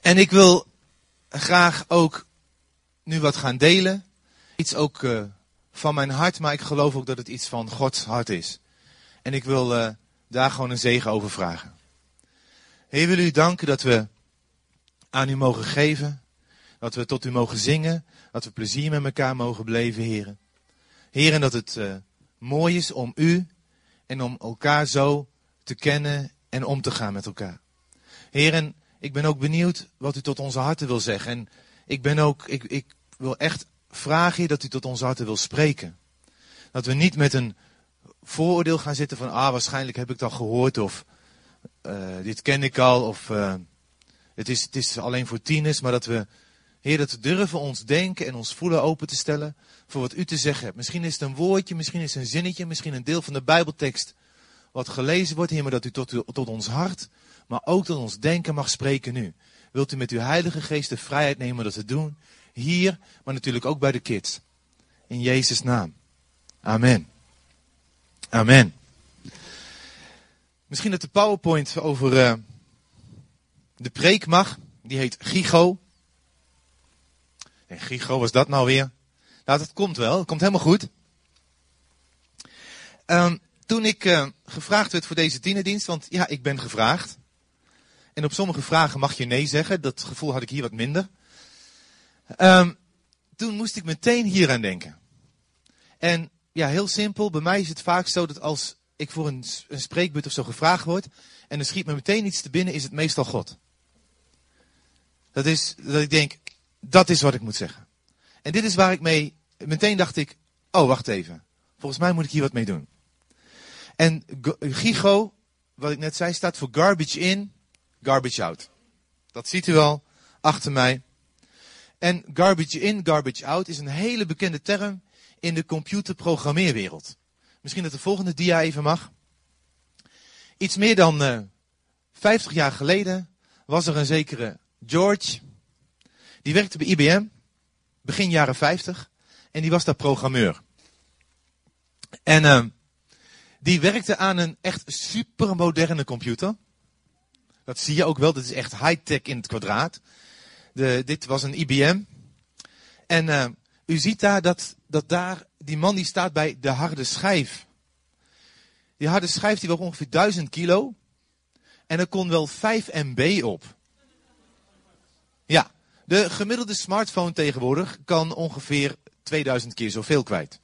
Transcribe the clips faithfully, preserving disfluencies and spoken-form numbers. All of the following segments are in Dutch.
En ik wil graag ook nu wat gaan delen. Iets ook uh, van mijn hart, maar ik geloof ook dat het iets van Gods hart is. En ik wil uh, daar gewoon een zegen over vragen. Heer, wil u danken dat we aan u mogen geven. Dat we tot u mogen zingen. Dat we plezier met elkaar mogen beleven, heren. Heer, en dat het uh, mooi is om u en om elkaar zo te kennen en om te gaan met elkaar. Heer, en ik ben ook benieuwd wat u tot onze harten wil zeggen. En ik ben ook, ik, ik wil echt vragen, Heer, dat u tot onze harten wil spreken. Dat we niet met een vooroordeel gaan zitten van, ah, waarschijnlijk heb ik het al gehoord, of uh, dit ken ik al, of uh, het, is, het is alleen voor tieners, maar dat we, Heer, dat we durven ons denken en ons voelen open te stellen voor wat u te zeggen hebt. Misschien is het een woordje, misschien is het een zinnetje, misschien een deel van de Bijbeltekst wat gelezen wordt, Heer, maar dat u tot, tot ons hart, maar ook tot ons denken mag spreken nu. Wilt u met uw Heilige Geest de vrijheid nemen dat te doen, hier, maar natuurlijk ook bij de kids. In Jezus' naam. Amen. Amen. Misschien dat de PowerPoint over uh, de preek mag. Die heet Gigo. En Gigo, was dat nou weer? Nou, dat komt wel. Dat komt helemaal goed. Um, toen ik uh, gevraagd werd voor deze tienerdienst, want ja, ik ben gevraagd. En op sommige vragen mag je nee zeggen. Dat gevoel had ik hier wat minder. Um, toen moest ik meteen hier aan denken. En ja, heel simpel. Bij mij is het vaak zo dat als ik voor een, een spreekbeurt of zo gevraagd word en er schiet me meteen iets te binnen, is het meestal God. Dat is dat ik denk, dat is wat ik moet zeggen. En dit is waar ik mee, meteen dacht ik, oh wacht even. Volgens mij moet ik hier wat mee doen. En Gigo, wat ik net zei, staat voor garbage in, garbage out. Dat ziet u al achter mij. En garbage in, garbage out is een hele bekende term in de computerprogrammeerwereld. Misschien dat de volgende dia even mag. Iets meer dan uh, vijftig jaar geleden was er een zekere George. Die werkte bij I B M, begin jaren vijftig. En die was daar programmeur. En uh, die werkte aan een echt supermoderne computer. Dat zie je ook wel, dat is echt high-tech in het kwadraat. De, dit was een I B M. En uh, u ziet daar dat, dat daar, die man die staat bij de harde schijf. Die harde schijf die woog ongeveer duizend kilo. En er kon wel vijf megabyte op. Ja, de gemiddelde smartphone tegenwoordig kan ongeveer tweeduizend keer zoveel kwijt.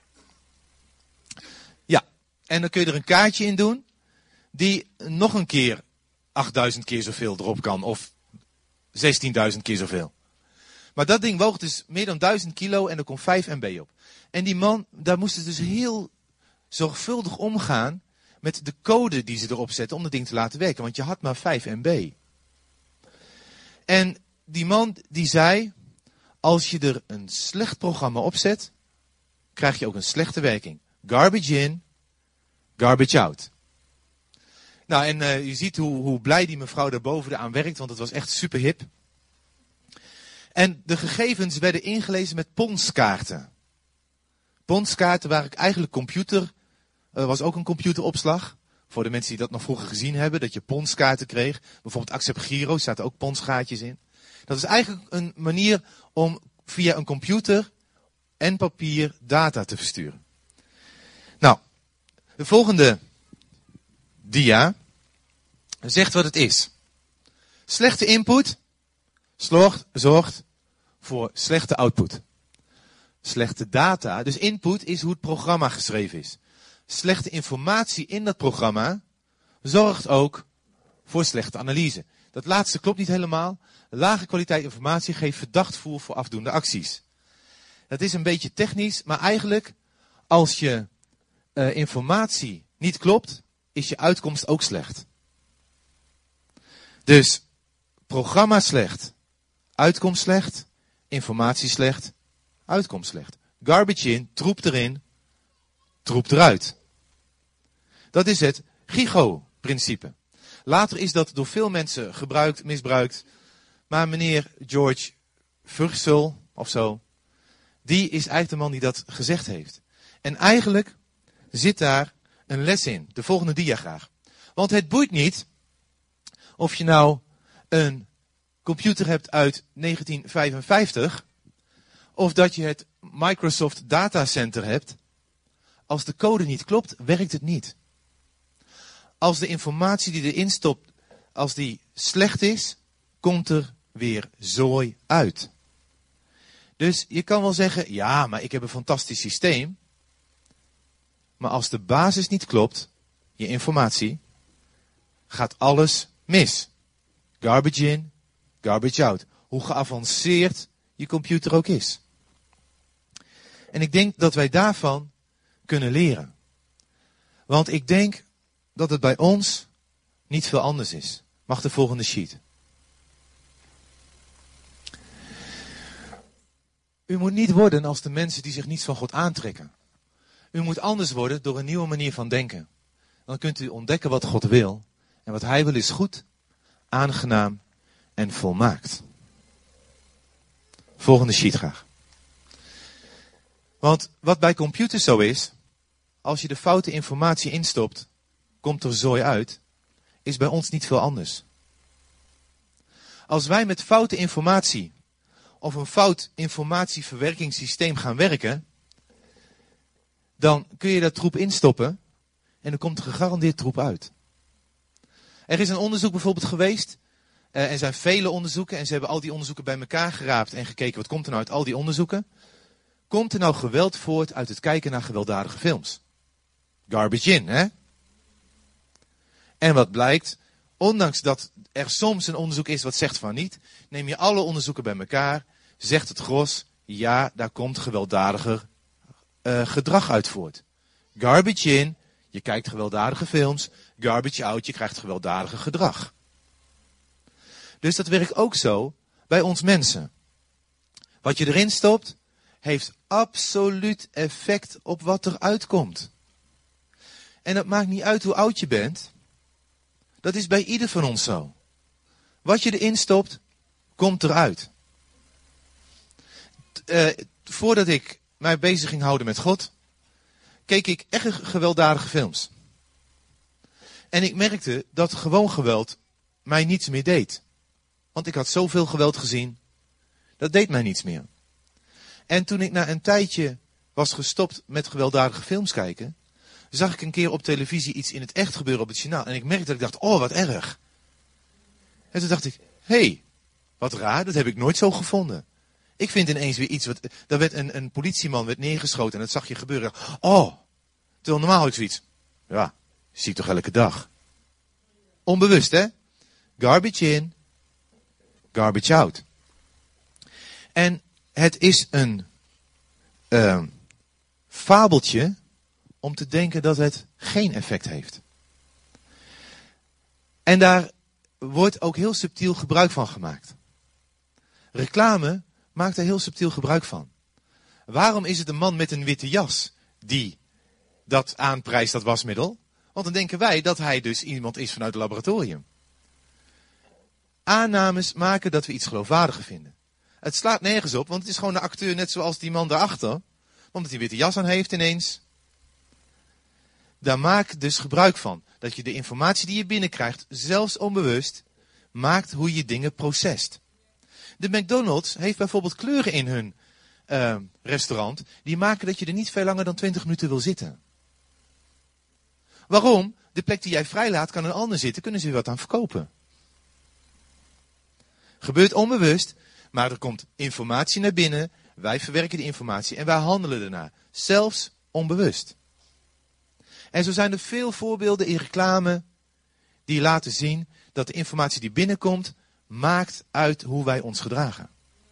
Ja, en dan kun je er een kaartje in doen die nog een keer achtduizend keer zoveel erop kan. Of zestienduizend keer zoveel. Maar dat ding woog dus meer dan duizend kilo en er kon vijf megabyte op. En die man, daar moest ze dus heel zorgvuldig omgaan met de code die ze erop zetten om dat ding te laten werken. Want je had maar vijf megabyte. En die man die zei, als je er een slecht programma op zet, krijg je ook een slechte werking. Garbage in, garbage out. Nou, en uh, je ziet hoe, hoe blij die mevrouw daarboven aan werkt, want het was echt super hip. En de gegevens werden ingelezen met ponskaarten. Ponskaarten waren eigenlijk computer, uh, was ook een computeropslag. Voor de mensen die dat nog vroeger gezien hebben, dat je ponskaarten kreeg. Bijvoorbeeld Accept Giro, zaten ook ponskaartjes in. Dat is eigenlijk een manier om via een computer en papier data te versturen. Nou, de volgende dia zegt wat het is. Slechte input zorgt, zorgt voor slechte output. Slechte data, dus input is hoe het programma geschreven is. Slechte informatie in dat programma zorgt ook voor slechte analyse. Dat laatste klopt niet helemaal. Lage kwaliteit informatie geeft verdacht voer voor afdoende acties. Dat is een beetje technisch, maar eigenlijk als je uh, informatie niet klopt, is je uitkomst ook slecht. Dus programma slecht, uitkomst slecht, informatie slecht, uitkomst slecht. Garbage in, troep erin, troep eruit. Dat is het Gigo-principe. Later is dat door veel mensen gebruikt, misbruikt. Maar meneer George Vurzel of zo, die is eigenlijk de man die dat gezegd heeft. En eigenlijk zit daar een les in. De volgende dia graag. Want het boeit niet of je nou een computer hebt uit negentien vijfenvijftig, of dat je het Microsoft Datacenter hebt, als de code niet klopt, werkt het niet. Als de informatie die erin stopt, als die slecht is, komt er weer zooi uit. Dus je kan wel zeggen, ja, maar ik heb een fantastisch systeem. Maar als de basis niet klopt, je informatie, gaat alles mis. Garbage in, garbage out. Hoe geavanceerd je computer ook is. En ik denk dat wij daarvan kunnen leren. Want ik denk dat het bij ons niet veel anders is. Mag de volgende sheet. U moet niet worden als de mensen die zich niets van God aantrekken. U moet anders worden door een nieuwe manier van denken. Dan kunt u ontdekken wat God wil. En wat Hij wil is goed, aangenaam en volmaakt. Volgende sheet graag. Want wat bij computers zo is, als je de foute informatie instopt, komt er zooi uit, is bij ons niet veel anders. Als wij met foute informatie of een fout informatieverwerkingssysteem gaan werken, dan kun je daar troep instoppen en dan komt er gegarandeerd troep uit. Er is een onderzoek bijvoorbeeld geweest, uh, er zijn vele onderzoeken en ze hebben al die onderzoeken bij elkaar geraapt en gekeken wat komt er nou uit al die onderzoeken. Komt er nou geweld voort uit het kijken naar gewelddadige films? Garbage in, hè? En wat blijkt, ondanks dat er soms een onderzoek is wat zegt van niet, neem je alle onderzoeken bij elkaar, zegt het gros, ja, daar komt gewelddadiger uh, gedrag uit voort. Garbage in, je kijkt gewelddadige films, garbage out, je krijgt gewelddadige gedrag. Dus dat werkt ook zo bij ons mensen. Wat je erin stopt, heeft absoluut effect op wat er uitkomt. En dat maakt niet uit hoe oud je bent. Dat is bij ieder van ons zo. Wat je erin stopt, komt eruit. Uh, voordat ik mij bezig ging houden met God, keek ik echt gewelddadige films. En ik merkte dat gewoon geweld mij niets meer deed. Want ik had zoveel geweld gezien, dat deed mij niets meer. En toen ik na een tijdje was gestopt met gewelddadige films kijken, zag ik een keer op televisie iets in het echt gebeuren op het journaal. En ik merkte dat ik dacht, oh wat erg. En toen dacht ik, hé, hey, wat raar, dat heb ik nooit zo gevonden. Ik vind ineens weer iets, wat, daar werd een, een politieman werd neergeschoten en dat zag je gebeuren. Oh, terwijl normaal had ik zoiets, ja, zie ik toch elke dag. Onbewust, hè? Garbage in, garbage out. En het is een uh, fabeltje om te denken dat het geen effect heeft. En daar wordt ook heel subtiel gebruik van gemaakt. Reclame maakt er heel subtiel gebruik van. Waarom is het een man met een witte jas die dat aanprijst, dat wasmiddel? Want dan denken wij dat hij dus iemand is vanuit het laboratorium. Aannames maken dat we iets geloofwaardiger vinden. Het slaat nergens op, want het is gewoon een acteur net zoals die man daarachter. Omdat hij witte jas aan heeft ineens. Daar maak dus gebruik van. Dat je de informatie die je binnenkrijgt, zelfs onbewust, maakt hoe je dingen procest. De McDonald's heeft bijvoorbeeld kleuren in hun uh, restaurant. Die maken dat je er niet veel langer dan twintig minuten wil zitten. Waarom? De plek die jij vrijlaat kan een ander zitten, kunnen ze weer wat aan verkopen. Gebeurt onbewust, maar er komt informatie naar binnen. Wij verwerken die informatie en wij handelen ernaar. Zelfs onbewust. En zo zijn er veel voorbeelden in reclame die laten zien dat de informatie die binnenkomt maakt uit hoe wij ons gedragen.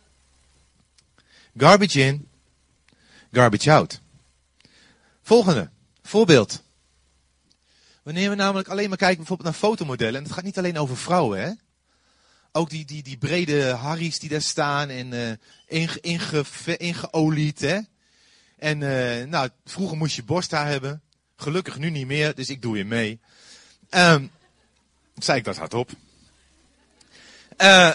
Garbage in, garbage out. Volgende, voorbeeld. Wanneer we namelijk alleen maar kijken bijvoorbeeld naar fotomodellen, en het gaat niet alleen over vrouwen, hè. Ook die, die, die brede harries die daar staan en uh, inge, inge, ingeolied, hè. En uh, nou, vroeger moest je borsthaar hebben. Gelukkig nu niet meer, dus ik doe je mee. Um, zei ik dat hardop. Uh,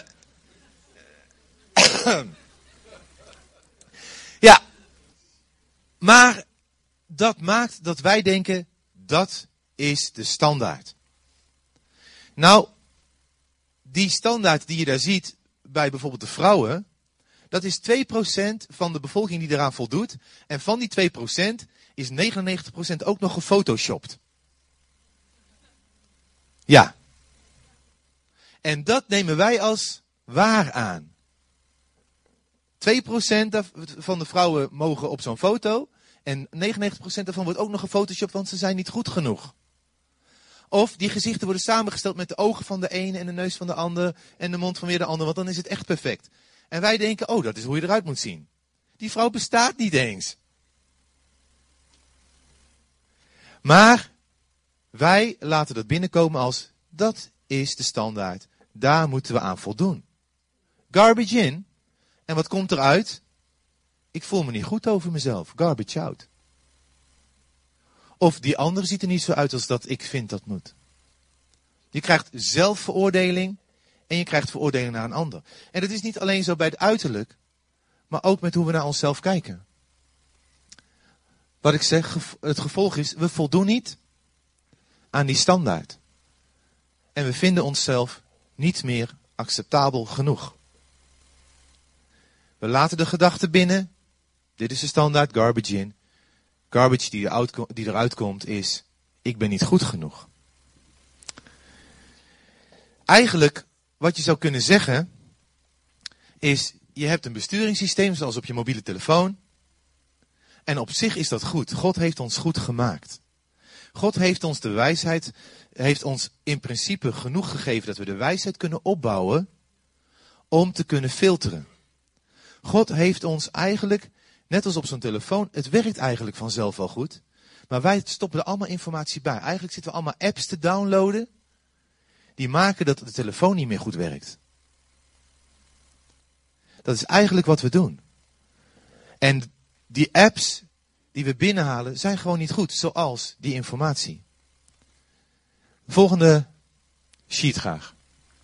ja, maar dat maakt dat wij denken, dat is de standaard. Nou, die standaard die je daar ziet, bij bijvoorbeeld de vrouwen, dat is twee procent van de bevolking die eraan voldoet. En van die twee procent is negenennegentig procent ook nog gefotoshopt. Ja. En dat nemen wij als waar aan. twee procent van de vrouwen mogen op zo'n foto. En negenennegentig procent daarvan wordt ook nog gefotoshopt, want ze zijn niet goed genoeg. Of die gezichten worden samengesteld met de ogen van de ene en de neus van de ander en de mond van weer de ander, want dan is het echt perfect. En wij denken, oh, dat is hoe je eruit moet zien. Die vrouw bestaat niet eens. Maar wij laten dat binnenkomen als, dat is de standaard. Daar moeten we aan voldoen. Garbage in. En wat komt eruit? Ik voel me niet goed over mezelf. Garbage out. Of die ander ziet er niet zo uit als dat ik vind dat moet. Je krijgt zelfveroordeling en je krijgt veroordeling naar een ander. En dat is niet alleen zo bij het uiterlijk, maar ook met hoe we naar onszelf kijken. Wat ik zeg, het gevolg is, we voldoen niet aan die standaard. En we vinden onszelf niet meer acceptabel genoeg. We laten de gedachte binnen. Dit is de standaard, garbage in. Garbage die eruit, die eruit komt is, ik ben niet goed genoeg. Eigenlijk, wat je zou kunnen zeggen, is, je hebt een besturingssysteem zoals op je mobiele telefoon. En op zich is dat goed. God heeft ons goed gemaakt. God heeft ons de wijsheid, heeft ons in principe genoeg gegeven dat we de wijsheid kunnen opbouwen om te kunnen filteren. God heeft ons eigenlijk, net als op zo'n telefoon, het werkt eigenlijk vanzelf wel goed. Maar wij stoppen er allemaal informatie bij. Eigenlijk zitten we allemaal apps te downloaden die maken dat de telefoon niet meer goed werkt. Dat is eigenlijk wat we doen. En die apps die we binnenhalen zijn gewoon niet goed, zoals die informatie. Volgende sheet graag.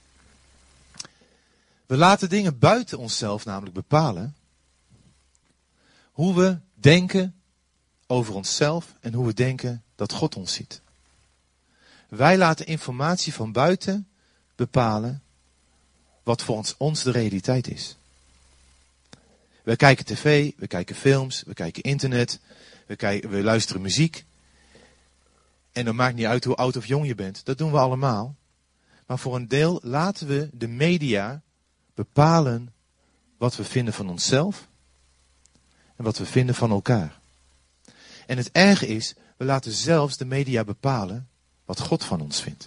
We laten dingen buiten onszelf namelijk bepalen hoe we denken over onszelf en hoe we denken dat God ons ziet. Wij laten informatie van buiten bepalen wat voor ons, ons de realiteit is. We kijken tv, we kijken films, we kijken internet, we, kijken, we luisteren muziek. En dan maakt niet uit hoe oud of jong je bent, dat doen we allemaal. Maar voor een deel laten we de media bepalen wat we vinden van onszelf en wat we vinden van elkaar. En het erge is, we laten zelfs de media bepalen wat God van ons vindt.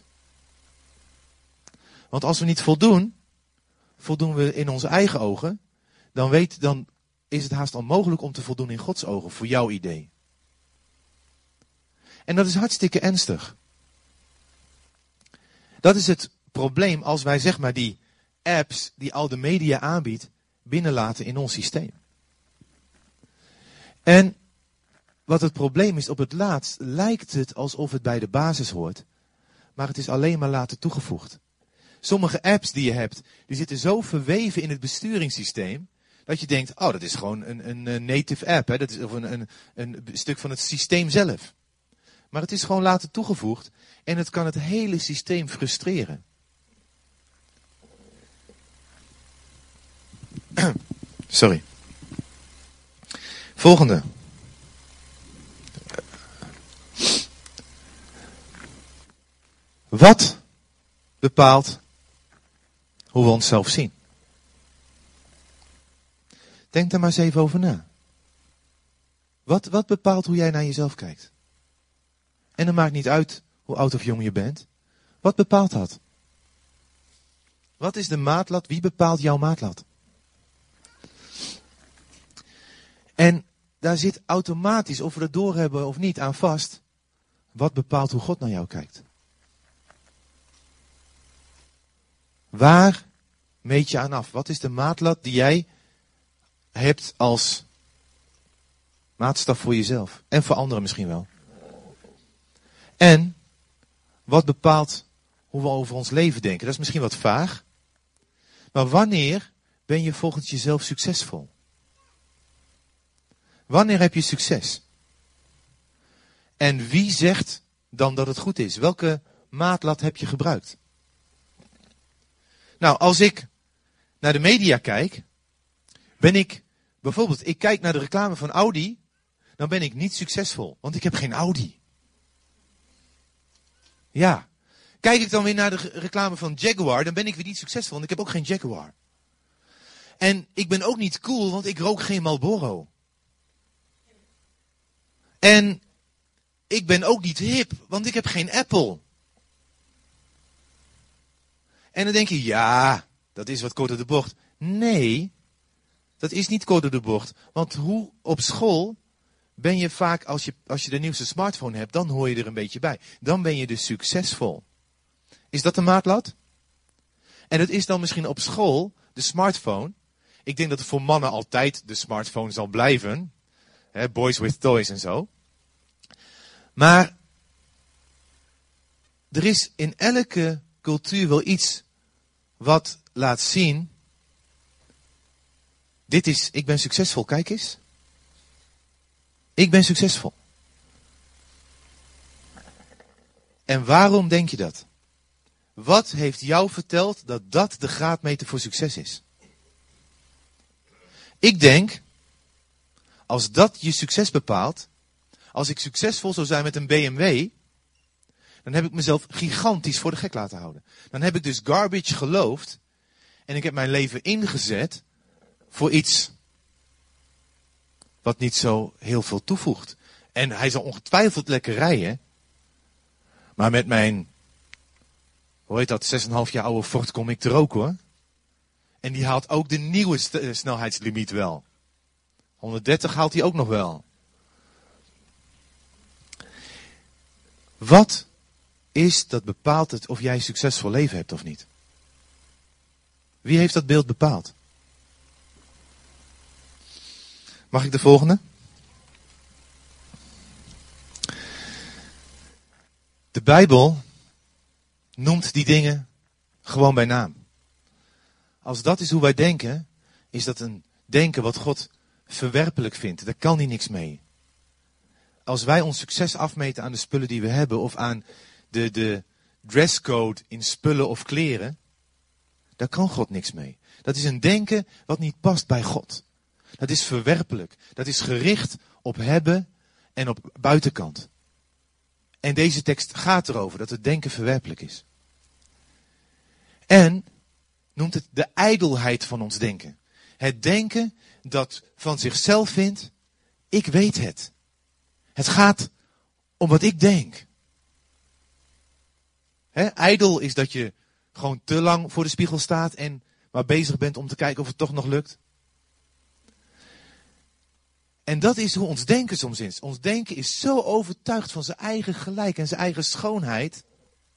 Want als we niet voldoen, voldoen we in onze eigen ogen, dan, weet, dan is het haast onmogelijk om te voldoen in Gods ogen, voor jouw idee. En dat is hartstikke ernstig. Dat is het probleem als wij zeg maar die apps die al de media aanbiedt, binnenlaten in ons systeem. En wat het probleem is, op het laatst lijkt het alsof het bij de basis hoort, maar het is alleen maar later toegevoegd. Sommige apps die je hebt, die zitten zo verweven in het besturingssysteem, dat je denkt, oh, dat is gewoon een, een, een native app, hè? Dat is of een, een, een stuk van het systeem zelf. Maar het is gewoon later toegevoegd en het kan het hele systeem frustreren. Sorry. Volgende. Wat bepaalt hoe we onszelf zien? Denk daar maar eens even over na. Wat, wat bepaalt hoe jij naar jezelf kijkt? En het maakt niet uit hoe oud of jong je bent. Wat bepaalt dat? Wat is de maatlat? Wie bepaalt jouw maatlat? En daar zit automatisch, of we het doorhebben of niet, aan vast. Wat bepaalt hoe God naar jou kijkt? Waar meet je aan af? Wat is de maatlat die jij hebt als maatstaf voor jezelf? En voor anderen misschien wel. En wat bepaalt hoe we over ons leven denken? Dat is misschien wat vaag. Maar wanneer ben je volgens jezelf succesvol? Wanneer heb je succes? En wie zegt dan dat het goed is? Welke maatlat heb je gebruikt? Nou, als ik naar de media kijk, ben ik, bijvoorbeeld, ik kijk naar de reclame van Audi, dan ben ik niet succesvol, want ik heb geen Audi. Ja. Kijk ik dan weer naar de reclame van Jaguar, dan ben ik weer niet succesvol, want ik heb ook geen Jaguar. En ik ben ook niet cool, want ik rook geen Marlboro. En ik ben ook niet hip, want ik heb geen Apple. En dan denk je, ja, dat is wat kort door de bocht. Nee, dat is niet kort door de bocht. Want hoe op school ben je vaak, als je, als je de nieuwste smartphone hebt, dan hoor je er een beetje bij. Dan ben je dus succesvol. Is dat de maatlat? En het is dan misschien op school, de smartphone. Ik denk dat het voor mannen altijd de smartphone zal blijven. Hè, boys with toys en zo. Maar er is in elke cultuur wel iets wat laat zien. Dit is, ik ben succesvol, kijk eens. Ik ben succesvol. En waarom denk je dat? Wat heeft jou verteld dat dat de graadmeter voor succes is? Ik denk, als dat je succes bepaalt, als ik succesvol zou zijn met een B M W, dan heb ik mezelf gigantisch voor de gek laten houden. Dan heb ik dus garbage geloofd en ik heb mijn leven ingezet voor iets wat niet zo heel veel toevoegt. En hij zal ongetwijfeld lekker rijden, maar met mijn, hoe heet dat, zes komma vijf jaar oude Ford kom ik er ook hoor. En die haalt ook de nieuwe st- snelheidslimiet wel. honderddertig haalt hij ook nog wel. Wat is dat bepaalt het of jij een succesvol leven hebt of niet? Wie heeft dat beeld bepaald? Mag ik de volgende? De Bijbel noemt die dingen gewoon bij naam. Als dat is hoe wij denken, is dat een denken wat God verwerpelijk vindt. Daar kan hij niks mee. Als wij ons succes afmeten aan de spullen die we hebben, of aan de, de dresscode in spullen of kleren, daar kan God niks mee. Dat is een denken wat niet past bij God. Dat is verwerpelijk. Dat is gericht op hebben en op buitenkant. En deze tekst gaat erover dat het denken verwerpelijk is. En noemt het de ijdelheid van ons denken. Het denken dat van zichzelf vindt, ik weet het. Het gaat om wat ik denk. He, ijdel is dat je gewoon te lang voor de spiegel staat en maar bezig bent om te kijken of het toch nog lukt. En dat is hoe ons denken soms is. Ons denken is zo overtuigd van zijn eigen gelijk en zijn eigen schoonheid,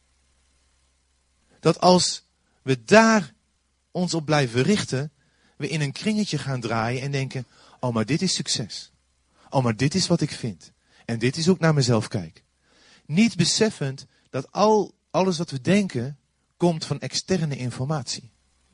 dat als we daar ons op blijven richten, we in een kringetje gaan draaien en denken, oh maar dit is succes. Oh maar dit is wat ik vind. En dit is hoe ik naar mezelf kijk. Niet beseffend dat al, alles wat we denken, komt van externe informatie.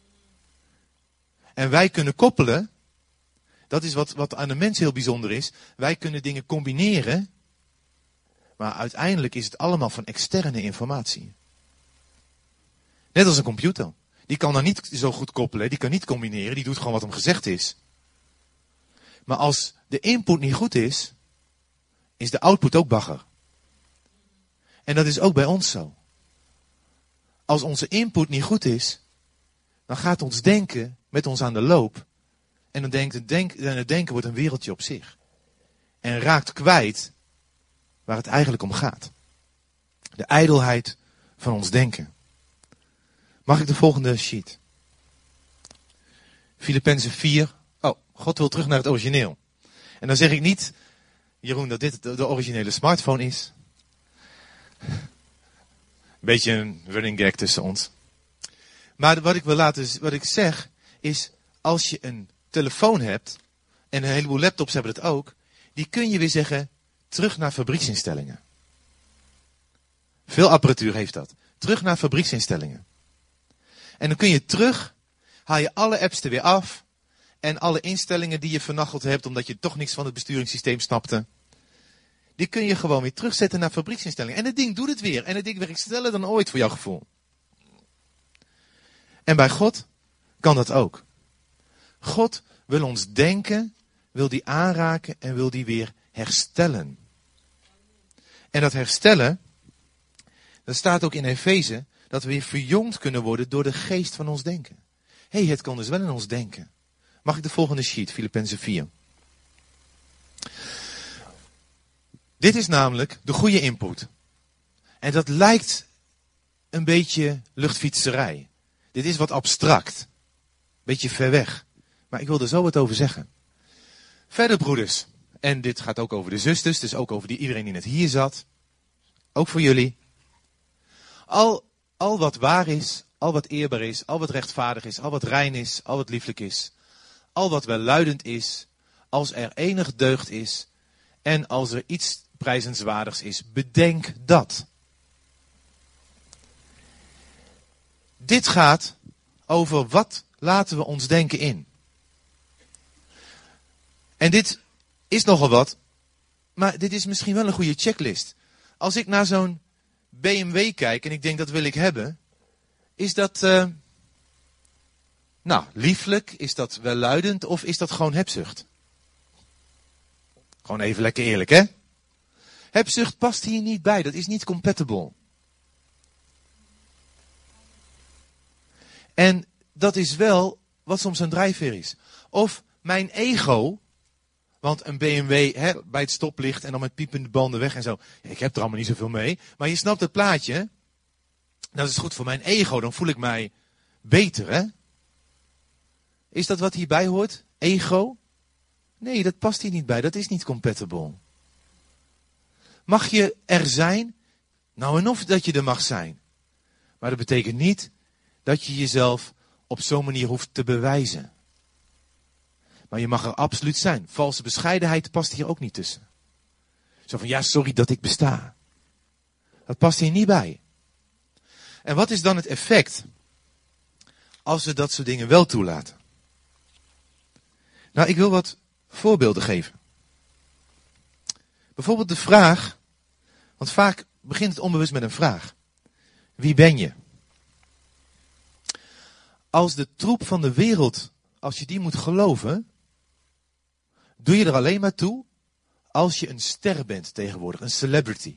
En wij kunnen koppelen, dat is wat, wat aan de mens heel bijzonder is. Wij kunnen dingen combineren, maar uiteindelijk is het allemaal van externe informatie. Net als een computer. Die kan dan niet zo goed koppelen, die kan niet combineren, die doet gewoon wat hem gezegd is. Maar als de input niet goed is, is de output ook bagger. En dat is ook bij ons zo. Als onze input niet goed is, dan gaat ons denken met ons aan de loop. En dan denkt het, denk, en het denken wordt een wereldje op zich. En raakt kwijt waar het eigenlijk om gaat. De ijdelheid van ons denken. Mag ik de volgende sheet? Filippenzen vier. Oh, God wil terug naar het origineel. En dan zeg ik niet, Jeroen, dat dit de originele smartphone is. Beetje een running gag tussen ons. Maar wat ik wil laten, wat ik zeg, is als je een telefoon hebt, en een heleboel laptops hebben het ook, die kun je weer zeggen, terug naar fabrieksinstellingen. Veel apparatuur heeft dat. Terug naar fabrieksinstellingen. En dan kun je terug, haal je alle apps er weer af, en alle instellingen die je vernacheld hebt, omdat je toch niks van het besturingssysteem snapte, die kun je gewoon weer terugzetten naar fabrieksinstellingen. En het ding doet het weer. En het ding werkt sneller dan ooit voor jouw gevoel. En bij God kan dat ook. God wil ons denken, wil die aanraken en wil die weer herstellen. En dat herstellen, dat staat ook in Efeze, dat we weer verjongd kunnen worden door de geest van ons denken. Hé, hey, het kan dus wel in ons denken. Mag ik de volgende sheet, Filippenzen vier. Dit is namelijk de goede input. En dat lijkt een beetje luchtfietserij. Dit is wat abstract. Beetje ver weg. Maar ik wil er zo wat over zeggen. Verder, broeders. En dit gaat ook over de zusters. Dus ook over die, iedereen die net hier zat. Ook voor jullie. Al, al wat waar is. Al wat eerbaar is. Al wat rechtvaardig is. Al wat rein is. Al wat lieflijk is. Al wat welluidend is. Als er enig deugd is. En als er iets prijzenswaardigs is. Bedenk dat. Dit gaat over wat laten we ons denken in. En dit is nogal wat, maar dit is misschien wel een goede checklist. Als ik naar zo'n B M W kijk en ik denk dat wil ik hebben, is dat, uh, nou, lieflijk, is dat welluidend of is dat gewoon hebzucht? Gewoon even lekker eerlijk, hè? Hebzucht past hier niet bij, dat is niet compatible. En dat is wel wat soms een drijfveer is. Of mijn ego, want een B M W hè, bij het stoplicht en dan met piepende banden weg en zo. Ja, ik heb er allemaal niet zoveel mee. Maar je snapt het plaatje. Dat is goed voor mijn ego, dan voel ik mij beter, hè? Is dat wat hierbij hoort? Ego? Nee, dat past hier niet bij. Dat is niet compatible. Mag je er zijn? Nou en of dat je er mag zijn. Maar dat betekent niet dat je jezelf op zo'n manier hoeft te bewijzen. Maar je mag er absoluut zijn. Valse bescheidenheid past hier ook niet tussen. Zo van, ja, sorry dat ik besta. Dat past hier niet bij. En wat is dan het effect als we dat soort dingen wel toelaten? Nou, ik wil wat voorbeelden geven. Bijvoorbeeld de vraag, want vaak begint het onbewust met een vraag. Wie ben je? Als de troep van de wereld, als je die moet geloven, doe je er alleen maar toe als je een ster bent tegenwoordig, een celebrity.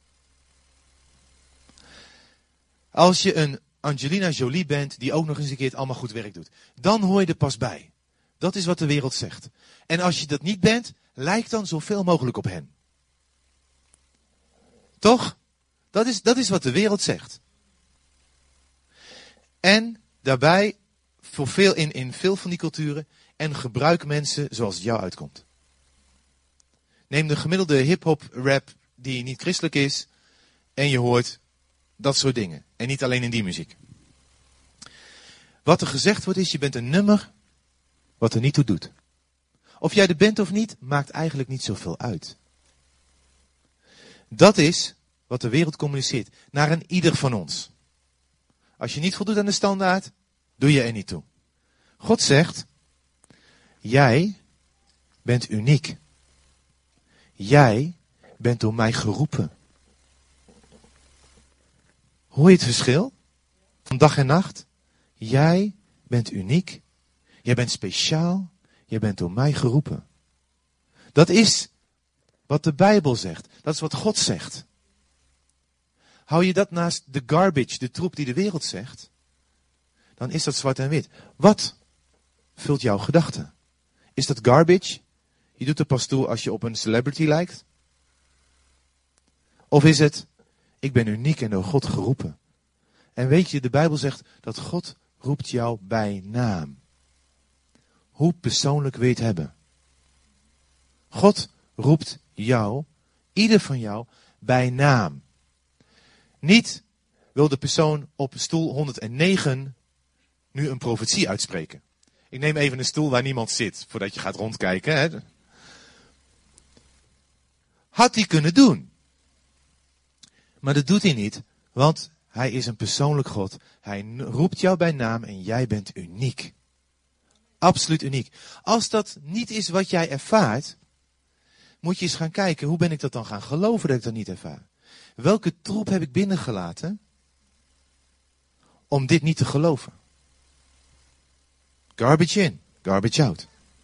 Als je een Angelina Jolie bent die ook nog eens een keer het allemaal goed werk doet, dan hoor je er pas bij. Dat is wat de wereld zegt. En als je dat niet bent, lijk dan zoveel mogelijk op hen. Toch? Dat is, dat is wat de wereld zegt. En daarbij, voor veel in, in veel van die culturen, en gebruik mensen zoals het jou uitkomt. Neem de gemiddelde hip-hop rap die niet christelijk is, en je hoort dat soort dingen. En niet alleen in die muziek. Wat er gezegd wordt is, je bent een nummer wat er niet toe doet. Of jij er bent of niet, maakt eigenlijk niet zoveel uit. Dat is wat de wereld communiceert. Naar een ieder van ons. Als je niet voldoet aan de standaard, doe je er niet toe. God zegt, jij bent uniek. Jij bent door mij geroepen. Hoor je het verschil? Van dag en nacht. Jij bent uniek. Jij bent speciaal. Jij bent door mij geroepen. Dat is wat de Bijbel zegt. Dat is wat God zegt. Hou je dat naast de garbage, de troep die de wereld zegt, dan is dat zwart en wit. Wat vult jouw gedachten? Is dat garbage? Je doet er pas toe als je op een celebrity lijkt? Of is het, ik ben uniek en door God geroepen? En weet je, de Bijbel zegt dat God roept jou bij naam. Hoe persoonlijk wil je het hebben? God roept jou, ieder van jou, bij naam. Niet wil de persoon op stoel honderdnegen nu een profetie uitspreken. Ik neem even een stoel waar niemand zit, voordat je gaat rondkijken. Hè. Had hij kunnen doen. Maar dat doet hij niet, want hij is een persoonlijk God. Hij roept jou bij naam en jij bent uniek. Absoluut uniek. Als dat niet is wat jij ervaart, moet je eens gaan kijken, hoe ben ik dat dan gaan geloven dat ik dat niet ervaar? Welke troep heb ik binnengelaten om dit niet te geloven? Garbage in, garbage out.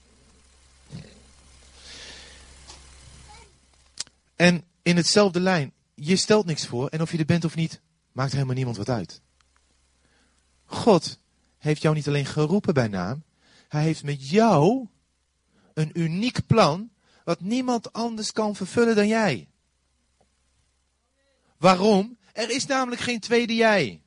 En in hetzelfde lijn, je stelt niks voor en of je er bent of niet, maakt helemaal niemand wat uit. God heeft jou niet alleen geroepen bij naam, hij heeft met jou een uniek plan wat niemand anders kan vervullen dan jij. Waarom? Er is namelijk geen tweede jij.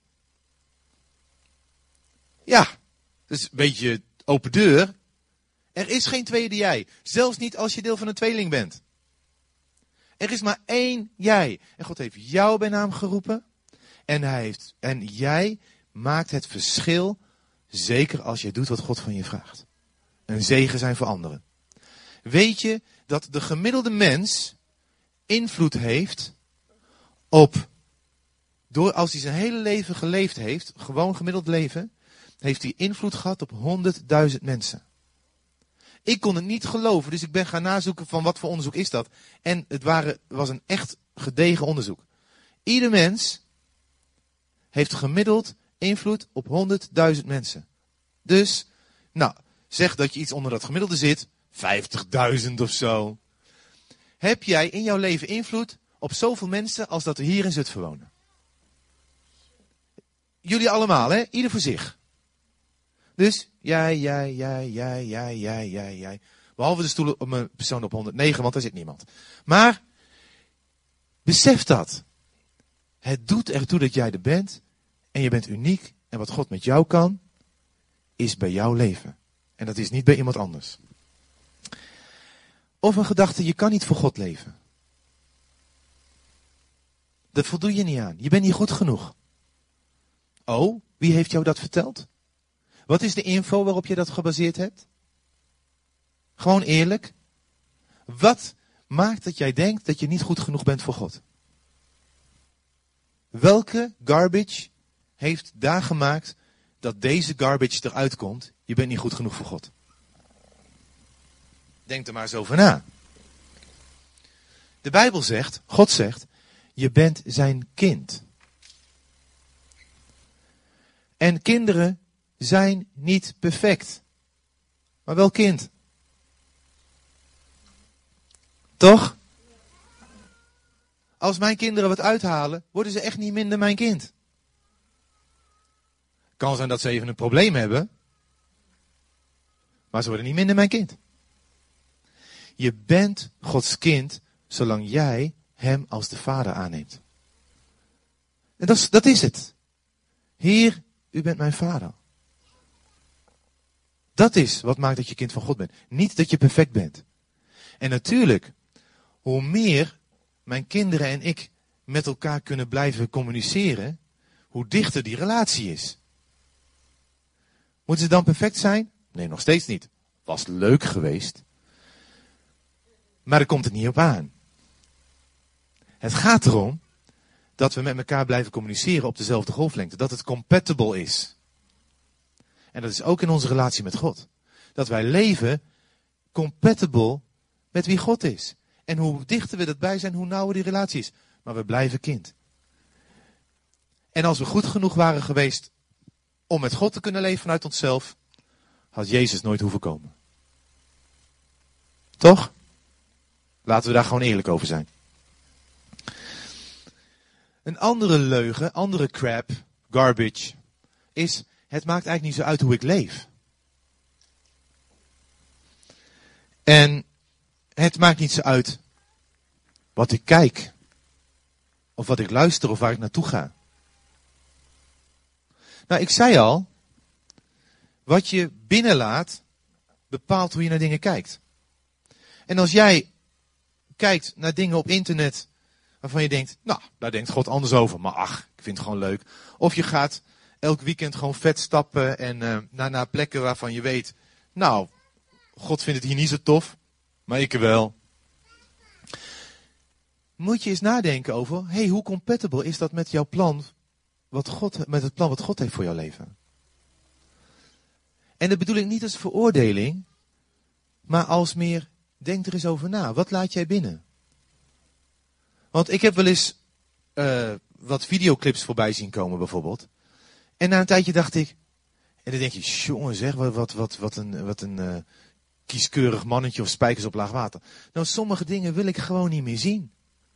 Ja, dat is een beetje open deur. Er is geen tweede jij. Zelfs niet als je deel van een tweeling bent. Er is maar één jij. En God heeft jou bij naam geroepen. En, hij heeft, en jij maakt het verschil, zeker als je doet wat God van je vraagt. Een zegen zijn voor anderen. Weet je dat de gemiddelde mens invloed heeft op, door als hij zijn hele leven geleefd heeft, gewoon gemiddeld leven, heeft hij invloed gehad op honderdduizend mensen. Ik kon het niet geloven, dus ik ben gaan nazoeken van wat voor onderzoek is dat. En het waren, was een echt gedegen onderzoek. Ieder mens heeft gemiddeld invloed op honderdduizend mensen. Dus, nou, zeg dat je iets onder dat gemiddelde zit, vijftigduizend of zo. Heb jij in jouw leven invloed op zoveel mensen als dat er hier in Zutphen wonen? Jullie allemaal, hè? Ieder voor zich. Dus, jij, jij, jij, jij, jij, jij, jij, jij. Behalve de stoelen op een persoon op honderdnegen, want daar zit niemand. Maar, besef dat. Het doet ertoe dat jij er bent. En je bent uniek. En wat God met jou kan, is bij jouw leven. En dat is niet bij iemand anders. Of een gedachte, je kan niet voor God leven. Dat voldoe je niet aan. Je bent niet goed genoeg. Oh, wie heeft jou dat verteld? Wat is de info waarop je dat gebaseerd hebt? Gewoon eerlijk. Wat maakt dat jij denkt dat je niet goed genoeg bent voor God? Welke garbage heeft daar gemaakt dat deze garbage eruit komt? Je bent niet goed genoeg voor God. Denk er maar eens over na. De Bijbel zegt, God zegt, je bent zijn kind. En kinderen zijn niet perfect. Maar wel kind. Toch? Als mijn kinderen wat uithalen, worden ze echt niet minder mijn kind. Kan zijn dat ze even een probleem hebben. Maar ze worden niet minder mijn kind. Je bent Gods kind, zolang jij hem als de vader aanneemt. En dat is, dat is het. Heer, u bent mijn vader. Dat is wat maakt dat je kind van God bent. Niet dat je perfect bent. En natuurlijk, hoe meer mijn kinderen en ik met elkaar kunnen blijven communiceren, hoe dichter die relatie is. Moeten ze dan perfect zijn? Nee, nog steeds niet. Was leuk geweest. Maar daar komt het niet op aan. Het gaat erom dat we met elkaar blijven communiceren op dezelfde golflengte. Dat het compatible is. En dat is ook in onze relatie met God. Dat wij leven compatible met wie God is. En hoe dichter we dat bij zijn, hoe nauwer die relatie is. Maar we blijven kind. En als we goed genoeg waren geweest om met God te kunnen leven vanuit onszelf, had Jezus nooit hoeven komen. Toch? Laten we daar gewoon eerlijk over zijn. Een andere leugen, andere crap, garbage, is, het maakt eigenlijk niet zo uit hoe ik leef. En het maakt niet zo uit wat ik kijk, of wat ik luister, of waar ik naartoe ga. Nou, ik zei al, wat je binnenlaat, bepaalt hoe je naar dingen kijkt. En als jij kijkt naar dingen op internet, waarvan je denkt, nou, daar denkt God anders over, maar ach, ik vind het gewoon leuk. Of je gaat elk weekend gewoon vet stappen en uh, naar, naar plekken waarvan je weet, nou, God vindt het hier niet zo tof, maar ik wel. Moet je eens nadenken over, hey, hoe compatible is dat met jouw plan, wat God, met het plan wat God heeft voor jouw leven? En dat bedoel ik niet als veroordeling, maar als meer, denk er eens over na. Wat laat jij binnen? Want ik heb wel eens uh, wat videoclips voorbij zien komen bijvoorbeeld. En na een tijdje dacht ik, En dan denk je, jongen zeg, wat, wat, wat, wat een, wat een uh, kieskeurig mannetje of spijkers op laag water. Nou, sommige dingen wil ik gewoon niet meer zien.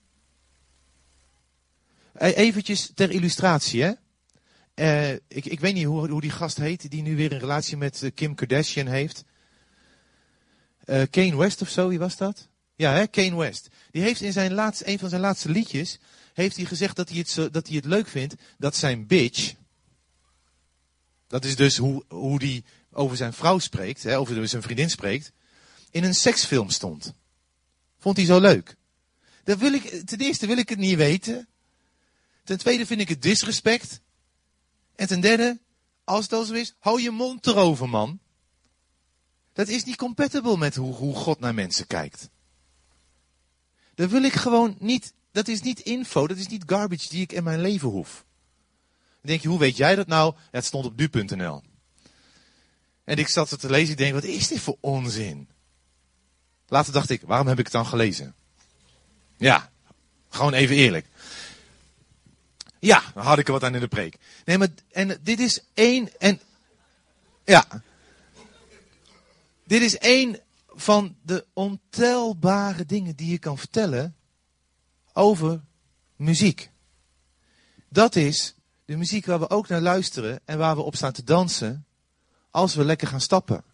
Eventjes ter illustratie, hè. Uh, ik, ik weet niet hoe, hoe die gast heet, die nu weer een relatie met uh, Kim Kardashian heeft. Uh, Kanye West of zo, wie was dat? Ja, hè, Kanye West. Die heeft in zijn laatste, een van zijn laatste liedjes, heeft hij gezegd dat hij het, zo, dat hij het leuk vindt dat zijn bitch, dat is dus hoe, hoe hij over zijn vrouw spreekt, hè, over zijn vriendin spreekt, in een seksfilm stond. Vond hij zo leuk. Dan wil ik, ten eerste wil ik het niet weten. Ten tweede vind ik het disrespect. En ten derde, als het al zo is, hou je mond erover, man. Dat is niet compatible met hoe, hoe God naar mensen kijkt. Dat wil ik gewoon niet, dat is niet info, dat is niet garbage die ik in mijn leven hoef. Dan denk je, hoe weet jij dat nou? Ja, het stond op nu punt n l. En ik zat het te lezen, ik denk, wat is dit voor onzin? Later dacht ik, waarom heb ik het dan gelezen? Ja, gewoon even eerlijk. Ja, dan had ik er wat aan in de preek. Nee, maar, en dit is één, en, ja. Dit is één van de ontelbare dingen die je kan vertellen over muziek. Dat is de muziek waar we ook naar luisteren en waar we op staan te dansen als we lekker gaan stappen.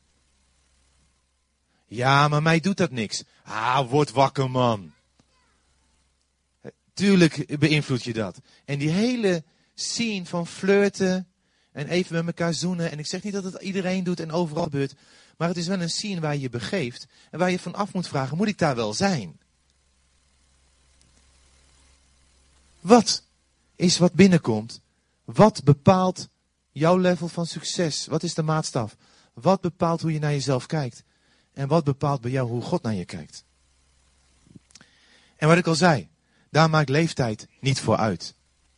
Ja, maar mij doet dat niks. Ah, word wakker, man. Tuurlijk beïnvloed je dat. En die hele scene van flirten en even met elkaar zoenen. En ik zeg niet dat het iedereen doet en overal gebeurt. Maar het is wel een scene waar je je begeeft. En waar je van af moet vragen, moet ik daar wel zijn? Wat is wat binnenkomt? Wat bepaalt jouw level van succes? Wat is de maatstaf? Wat bepaalt hoe je naar jezelf kijkt? En wat bepaalt bij jou hoe God naar je kijkt? En wat ik al zei, daar maakt leeftijd niet voor uit.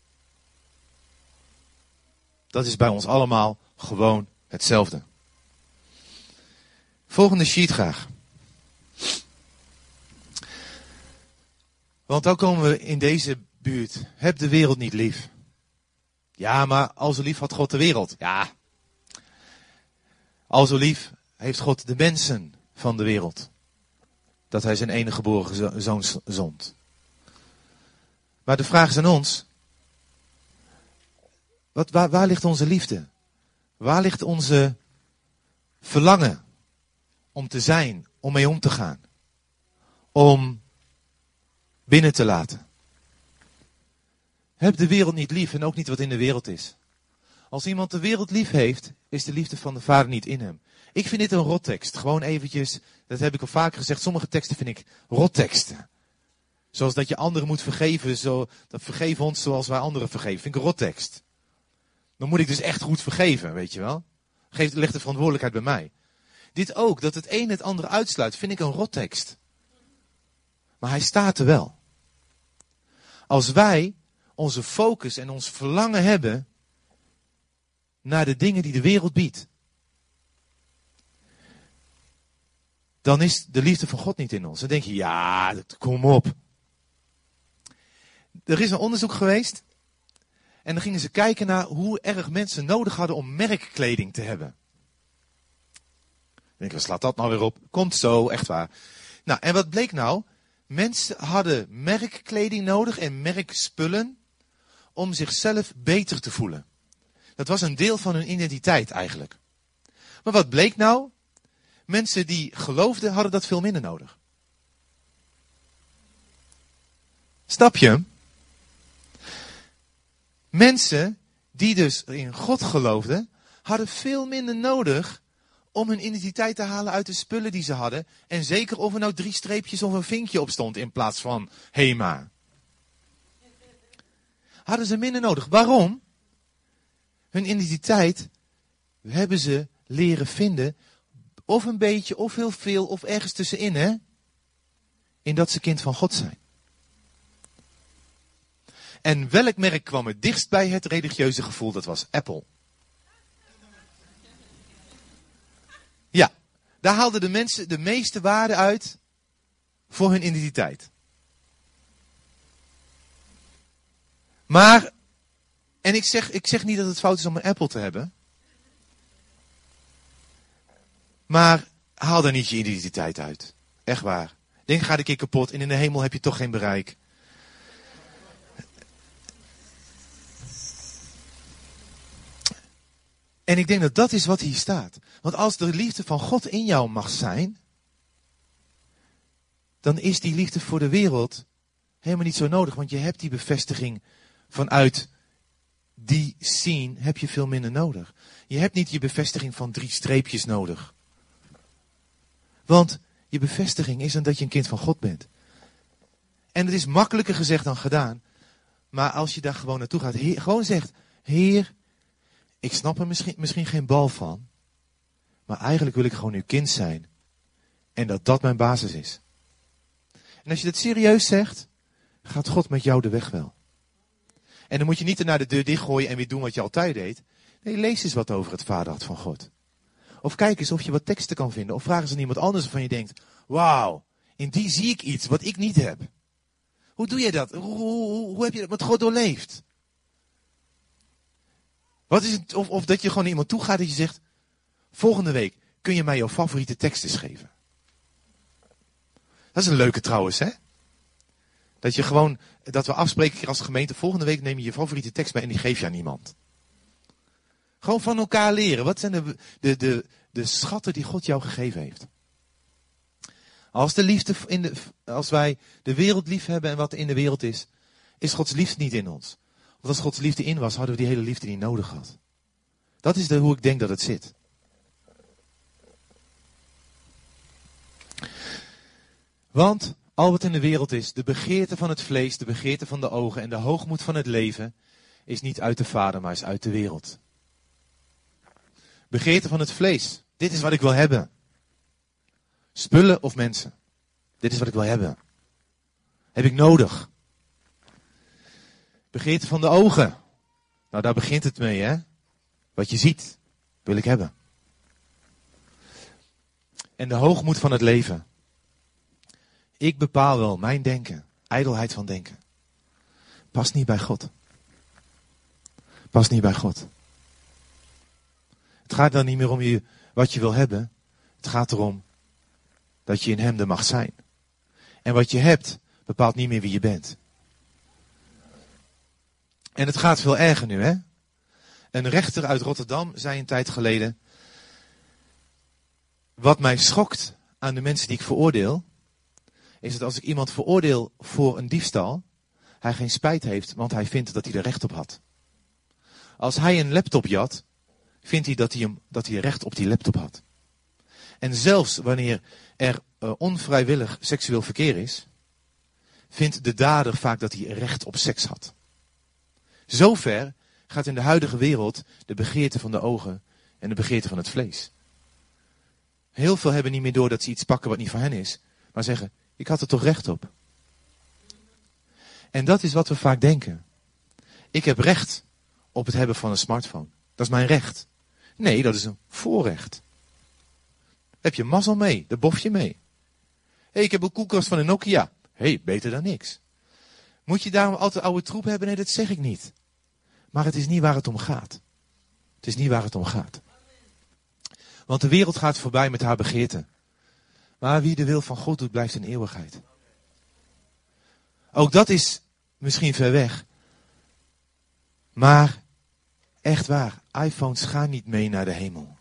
Dat is bij ons allemaal gewoon hetzelfde. Volgende sheet graag. Want dan komen we in deze buurt. Heb de wereld niet lief. Ja, maar al zo lief had God de wereld. Ja. Al zo lief heeft God de mensen van de wereld. Dat hij zijn enige geboren zoon zond. Maar de vraag is aan ons. Wat, waar, waar ligt onze liefde? Waar ligt onze verlangen om te zijn, om mee om te gaan? Om binnen te laten. Heb de wereld niet lief en ook niet wat in de wereld is. Als iemand de wereld lief heeft, is de liefde van de Vader niet in hem. Ik vind dit een rottekst. Gewoon eventjes, dat heb ik al vaker gezegd. Sommige teksten vind ik rotteksten. Zoals dat je anderen moet vergeven, zo, dat vergeef ons zoals wij anderen vergeven. Vind ik een rottekst. Dan moet ik dus echt goed vergeven, weet je wel. Geef, leg de verantwoordelijkheid bij mij. Dit ook, dat het een het andere uitsluit, vind ik een rottekst. Maar hij staat er wel. Als wij onze focus en ons verlangen hebben naar de dingen die de wereld biedt, dan is de liefde van God niet in ons. Dan denk je, ja, kom op. Er is een onderzoek geweest. En dan gingen ze kijken naar hoe erg mensen nodig hadden om merkkleding te hebben. Dan denk ik, wat slaat dat nou weer op? Komt zo, echt waar. Nou, en wat bleek nou? Mensen hadden merkkleding nodig en merkspullen om zichzelf beter te voelen. Dat was een deel van hun identiteit eigenlijk. Maar wat bleek nou? Mensen die geloofden hadden dat veel minder nodig. Snap je? Mensen die dus in God geloofden, hadden veel minder nodig om hun identiteit te halen uit de spullen die ze hadden. En zeker of er nou drie streepjes of een vinkje op stond in plaats van Hema. Hadden ze minder nodig. Waarom? Hun identiteit hebben ze leren vinden. Of een beetje, of heel veel, of ergens tussenin, hè? In dat ze kind van God zijn. En welk merk kwam het dichtst bij het religieuze gevoel? Dat was Apple. Ja, daar haalden de mensen de meeste waarde uit voor hun identiteit. Maar, en ik zeg, ik zeg niet dat het fout is om een Apple te hebben. Maar haal daar niet je identiteit uit. Echt waar. Denk, ga de keer kapot en in de hemel heb je toch geen bereik. En ik denk dat dat is wat hier staat. Want als de liefde van God in jou mag zijn, dan is die liefde voor de wereld helemaal niet zo nodig. Want je hebt die bevestiging vanuit die scene heb je veel minder nodig. Je hebt niet je bevestiging van drie streepjes nodig. Want je bevestiging is dan dat je een kind van God bent. En het is makkelijker gezegd dan gedaan. Maar als je daar gewoon naartoe gaat, heer, gewoon zegt, Heer, ik snap er misschien, misschien geen bal van. Maar eigenlijk wil ik gewoon uw kind zijn. En dat dat mijn basis is. En als je dat serieus zegt, gaat God met jou de weg wel. En dan moet je niet naar de deur dichtgooien en weer doen wat je altijd deed. Nee, lees eens wat over het vaderhart van God. Of kijk eens of je wat teksten kan vinden. Of vraag eens aan iemand anders waarvan je denkt, wauw, in die zie ik iets wat ik niet heb. Hoe doe je dat? Hoe, hoe, hoe heb je dat met God doorleefd? Wat is het, of, of dat je gewoon naar iemand toe gaat en je zegt, volgende week kun je mij jouw favoriete tekst eens geven. Dat is een leuke trouwens, hè? Dat je gewoon, dat we afspreken als gemeente, volgende week neem je je favoriete tekst mee en die geef je aan iemand. Gewoon van elkaar leren. Wat zijn de, de, de, de schatten die God jou gegeven heeft? Als, de liefde in de, als wij de wereld lief hebben en wat er in de wereld is, is Gods liefde niet in ons. Want als Gods liefde in was, hadden we die hele liefde niet nodig gehad. Dat is de, hoe ik denk dat het zit. Want al wat in de wereld is, de begeerte van het vlees, de begeerte van de ogen en de hoogmoed van het leven, is niet uit de Vader, maar is uit de wereld. Begeerte van het vlees. Dit is wat ik wil hebben. Spullen of mensen. Dit is wat ik wil hebben. Heb ik nodig. Begeerte van de ogen. Nou, daar begint het mee, hè. Wat je ziet, wil ik hebben. En de hoogmoed van het leven. Ik bepaal wel mijn denken. Ijdelheid van denken. Past niet bij God. Past niet bij God. Het gaat dan niet meer om je, wat je wil hebben. Het gaat erom dat je in hem er mag zijn. En wat je hebt, bepaalt niet meer wie je bent. En het gaat veel erger nu, hè. Een rechter uit Rotterdam zei een tijd geleden, wat mij schokt aan de mensen die ik veroordeel, is dat als ik iemand veroordeel voor een diefstal, hij geen spijt heeft, want hij vindt dat hij er recht op had. Als hij een laptop jat, vindt hij dat hij, hem, dat hij recht op die laptop had. En zelfs wanneer er uh, onvrijwillig seksueel verkeer is, vindt de dader vaak dat hij recht op seks had. Zover gaat in de huidige wereld de begeerte van de ogen en de begeerte van het vlees. Heel veel hebben niet meer door dat ze iets pakken wat niet van hen is, maar zeggen, ik had er toch recht op. En dat is wat we vaak denken. Ik heb recht op het hebben van een smartphone. Dat is mijn recht. Nee, dat is een voorrecht. Heb je mazzel mee, daar bof je mee. Hé, hey, ik heb een koelkast van een Nokia. Hé, hey, beter dan niks. Moet je daarom altijd oude troep hebben? Nee, dat zeg ik niet. Maar het is niet waar het om gaat. Het is niet waar het om gaat. Want de wereld gaat voorbij met haar begeerte. Maar wie de wil van God doet, blijft in eeuwigheid. Ook dat is misschien ver weg. Maar, echt waar, iPhones gaan niet mee naar de hemel.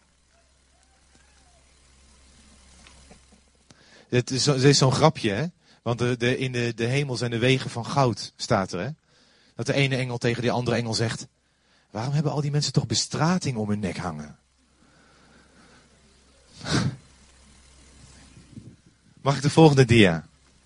Het is, zo, het is zo'n grapje, hè. Want de, de, in de, de hemel zijn de wegen van goud, staat er, hè. Dat de ene engel tegen de andere engel zegt, waarom hebben al die mensen toch bestrating om hun nek hangen? Mag ik de volgende dia?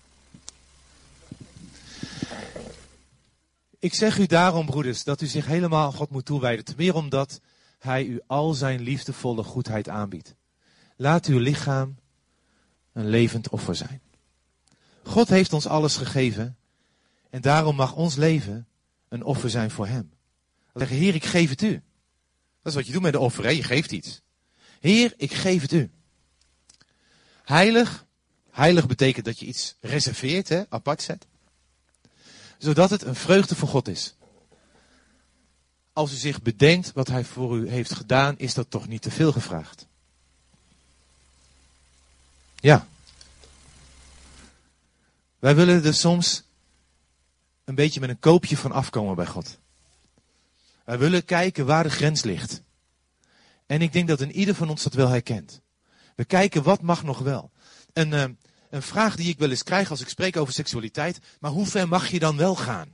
Ik zeg u daarom, broeders, dat u zich helemaal aan God moet toewijden. Te meer omdat hij u al zijn liefdevolle goedheid aanbiedt. Laat uw lichaam een levend offer zijn. God heeft ons alles gegeven. En daarom mag ons leven een offer zijn voor hem. Zeggen, Heer, ik geef het u. Dat is wat je doet met de offer, hè? Je geeft iets. Heer, ik geef het u. Heilig. Heilig betekent dat je iets reserveert, hè? Apart zet. Zodat het een vreugde voor God is. Als u zich bedenkt wat hij voor u heeft gedaan, is dat toch niet te veel gevraagd. Ja. Wij willen er soms een beetje met een koopje van afkomen bij God. Wij willen kijken waar de grens ligt. En ik denk dat in ieder van ons dat wel herkent. We kijken wat mag nog wel. Een, uh, een vraag die ik wel eens krijg als ik spreek over seksualiteit. Maar hoe ver mag je dan wel gaan?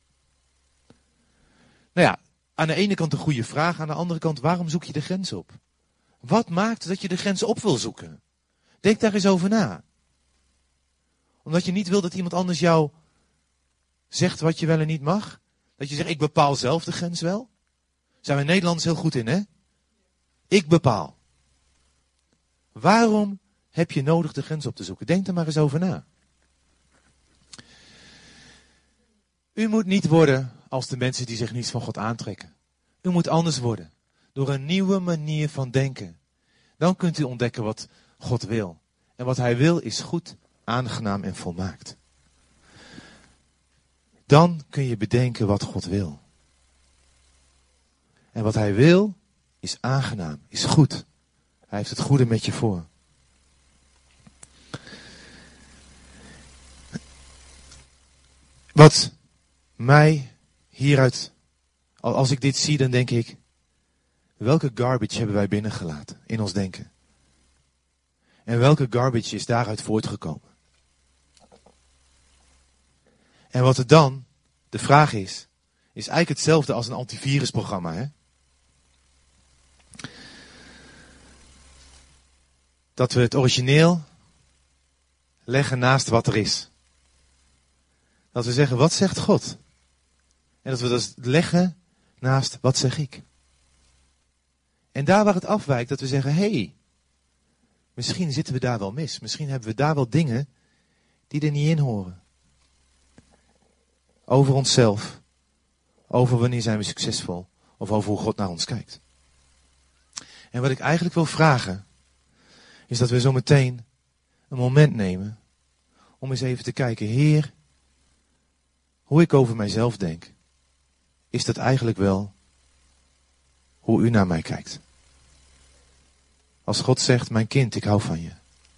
Nou ja, aan de ene kant een goede vraag. Aan de andere kant, waarom zoek je de grens op? Wat maakt dat je de grens op wil zoeken? Denk daar eens over na. Omdat je niet wil dat iemand anders jou zegt wat je wel en niet mag. Dat je zegt, ik bepaal zelf de grens wel. Daar zijn we Nederlanders heel goed in, hè? Ik bepaal. Waarom heb je nodig de grens op te zoeken? Denk er maar eens over na. U moet niet worden als de mensen die zich niets van God aantrekken. U moet anders worden. Door een nieuwe manier van denken. Dan kunt u ontdekken wat God wil. En wat hij wil is goed, aangenaam en volmaakt. Dan kun je bedenken wat God wil. En wat hij wil is aangenaam, is goed. Hij heeft het goede met je voor. Wat mij hieruit, als ik dit zie, dan denk ik, welke garbage hebben wij binnengelaten in ons denken? En welke garbage is daaruit voortgekomen? En wat er dan, de vraag is, is eigenlijk hetzelfde als een antivirusprogramma, hè? Dat we het origineel leggen naast wat er is. Dat we zeggen, wat zegt God? En dat we dat leggen naast, wat zeg ik? En daar waar het afwijkt, dat we zeggen, hé, hey, misschien zitten we daar wel mis. Misschien hebben we daar wel dingen die er niet in horen. Over onszelf. Over wanneer zijn we succesvol. Of over hoe God naar ons kijkt. En wat ik eigenlijk wil vragen, is dat we zo meteen een moment nemen om eens even te kijken, Heer, hoe ik over mijzelf denk, is dat eigenlijk wel hoe u naar mij kijkt? Als God zegt, mijn kind, ik hou van je.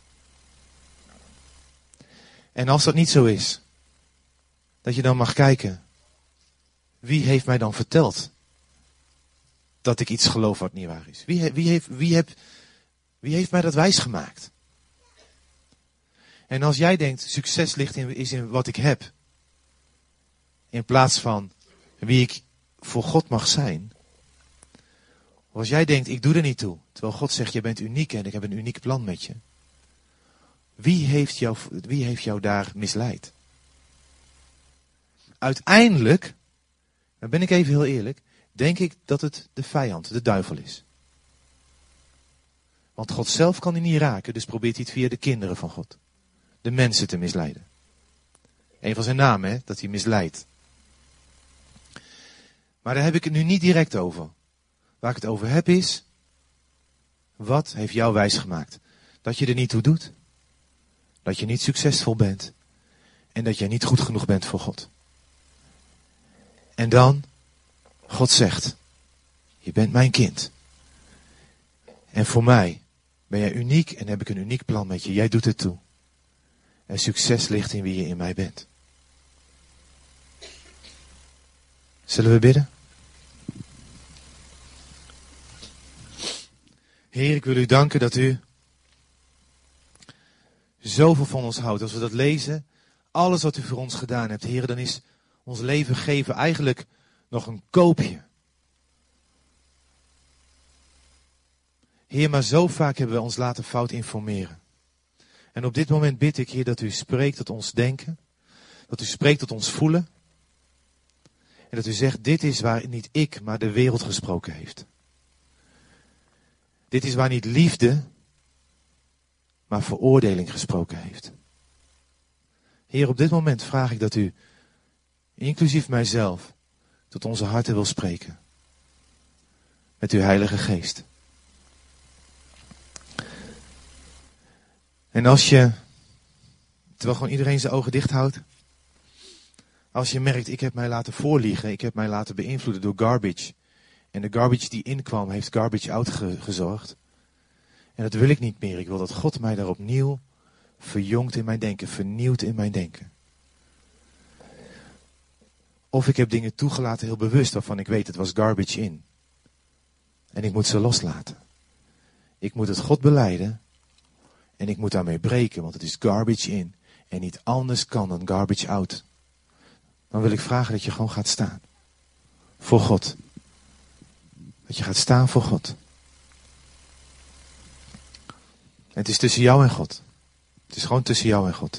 En als dat niet zo is, dat je dan mag kijken, wie heeft mij dan verteld dat ik iets geloof wat niet waar is? Wie, wie, heeft, wie, heb, wie heeft mij dat wijsgemaakt? En als jij denkt, succes ligt in, is in wat ik heb, in plaats van wie ik voor God mag zijn. Of als jij denkt, ik doe er niet toe, terwijl God zegt, je bent uniek en ik heb een uniek plan met je. Wie heeft jou, wie heeft jou daar misleid? Uiteindelijk, dan ben ik even heel eerlijk, denk ik dat het de vijand, de duivel is. Want God zelf kan hij niet raken, dus probeert hij het via de kinderen van God. De mensen te misleiden. Een van zijn namen, hè, dat hij misleidt. Maar daar heb ik het nu niet direct over. Waar ik het over heb is, wat heeft jou wijsgemaakt? Dat je er niet toe doet. Dat je niet succesvol bent. En dat je niet goed genoeg bent voor God. En dan, God zegt, je bent mijn kind. En voor mij ben jij uniek en heb ik een uniek plan met je. Jij doet het toe. En succes ligt in wie je in mij bent. Zullen we bidden? Heer, ik wil u danken dat u zoveel van ons houdt. Als we dat lezen, alles wat u voor ons gedaan hebt, Heer, dan is ons leven geven eigenlijk nog een koopje. Heer, maar zo vaak hebben we ons laten fout informeren. En op dit moment bid ik, Heer, dat u spreekt tot ons denken. Dat u spreekt tot ons voelen. En dat u zegt, dit is waar niet ik, maar de wereld gesproken heeft. Dit is waar niet liefde, maar veroordeling gesproken heeft. Heer, op dit moment vraag ik dat u, inclusief mijzelf, tot onze harten wil spreken. Met uw Heilige Geest. En als je, terwijl gewoon iedereen zijn ogen dicht houdt. Als je merkt, ik heb mij laten voorliegen, ik heb mij laten beïnvloeden door garbage. En de garbage die inkwam, heeft garbage out ge- gezorgd. En dat wil ik niet meer. Ik wil dat God mij daar opnieuw verjongt in mijn denken, vernieuwt in mijn denken. Of ik heb dingen toegelaten heel bewust waarvan ik weet het was garbage in. En ik moet ze loslaten. Ik moet het God belijden en ik moet daarmee breken, want het is garbage in. En niet anders kan dan garbage out. Dan wil ik vragen dat je gewoon gaat staan. Voor God. Dat je gaat staan voor God. En het is tussen jou en God. Het is gewoon tussen jou en God.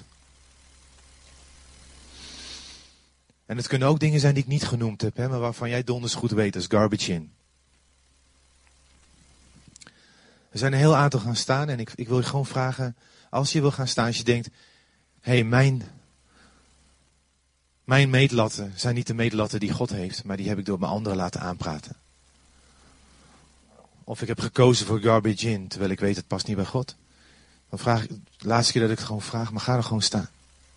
En het kunnen ook dingen zijn die ik niet genoemd heb, hè, maar waarvan jij donders goed weet, dat is garbage in. Er zijn een heel aantal gaan staan en ik, ik wil je gewoon vragen, als je wil gaan staan, als je denkt, hé, hey, mijn, mijn meetlatten zijn niet de meetlatten die God heeft, maar die heb ik door mijn anderen laten aanpraten. Of ik heb gekozen voor garbage in, terwijl ik weet het past niet bij God. Dan vraag ik, de laatste keer dat ik het gewoon vraag, maar ga er gewoon staan.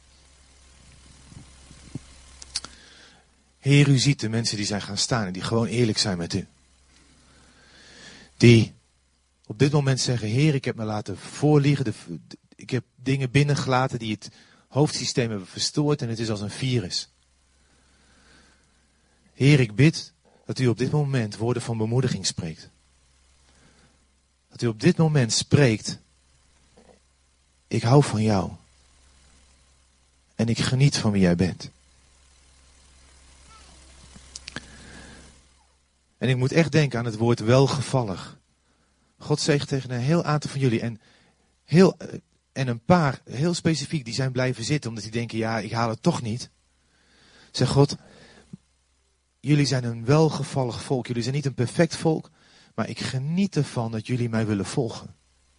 Heer, u ziet de mensen die zijn gaan staan en die gewoon eerlijk zijn met u. Die op dit moment zeggen, Heer, ik heb me laten voorliegen. De, de, ik heb dingen binnengelaten die het hoofdsysteem hebben verstoord en het is als een virus. Heer, ik bid dat u op dit moment woorden van bemoediging spreekt. Dat u op dit moment spreekt, ik hou van jou. En ik geniet van wie jij bent. En ik moet echt denken aan het woord welgevallig. God zegt tegen een heel aantal van jullie. En, heel, en een paar, heel specifiek, die zijn blijven zitten. Omdat die denken, ja, ik haal het toch niet. Zeg God, jullie zijn een welgevallig volk. Jullie zijn niet een perfect volk. Maar ik geniet ervan dat jullie mij willen volgen.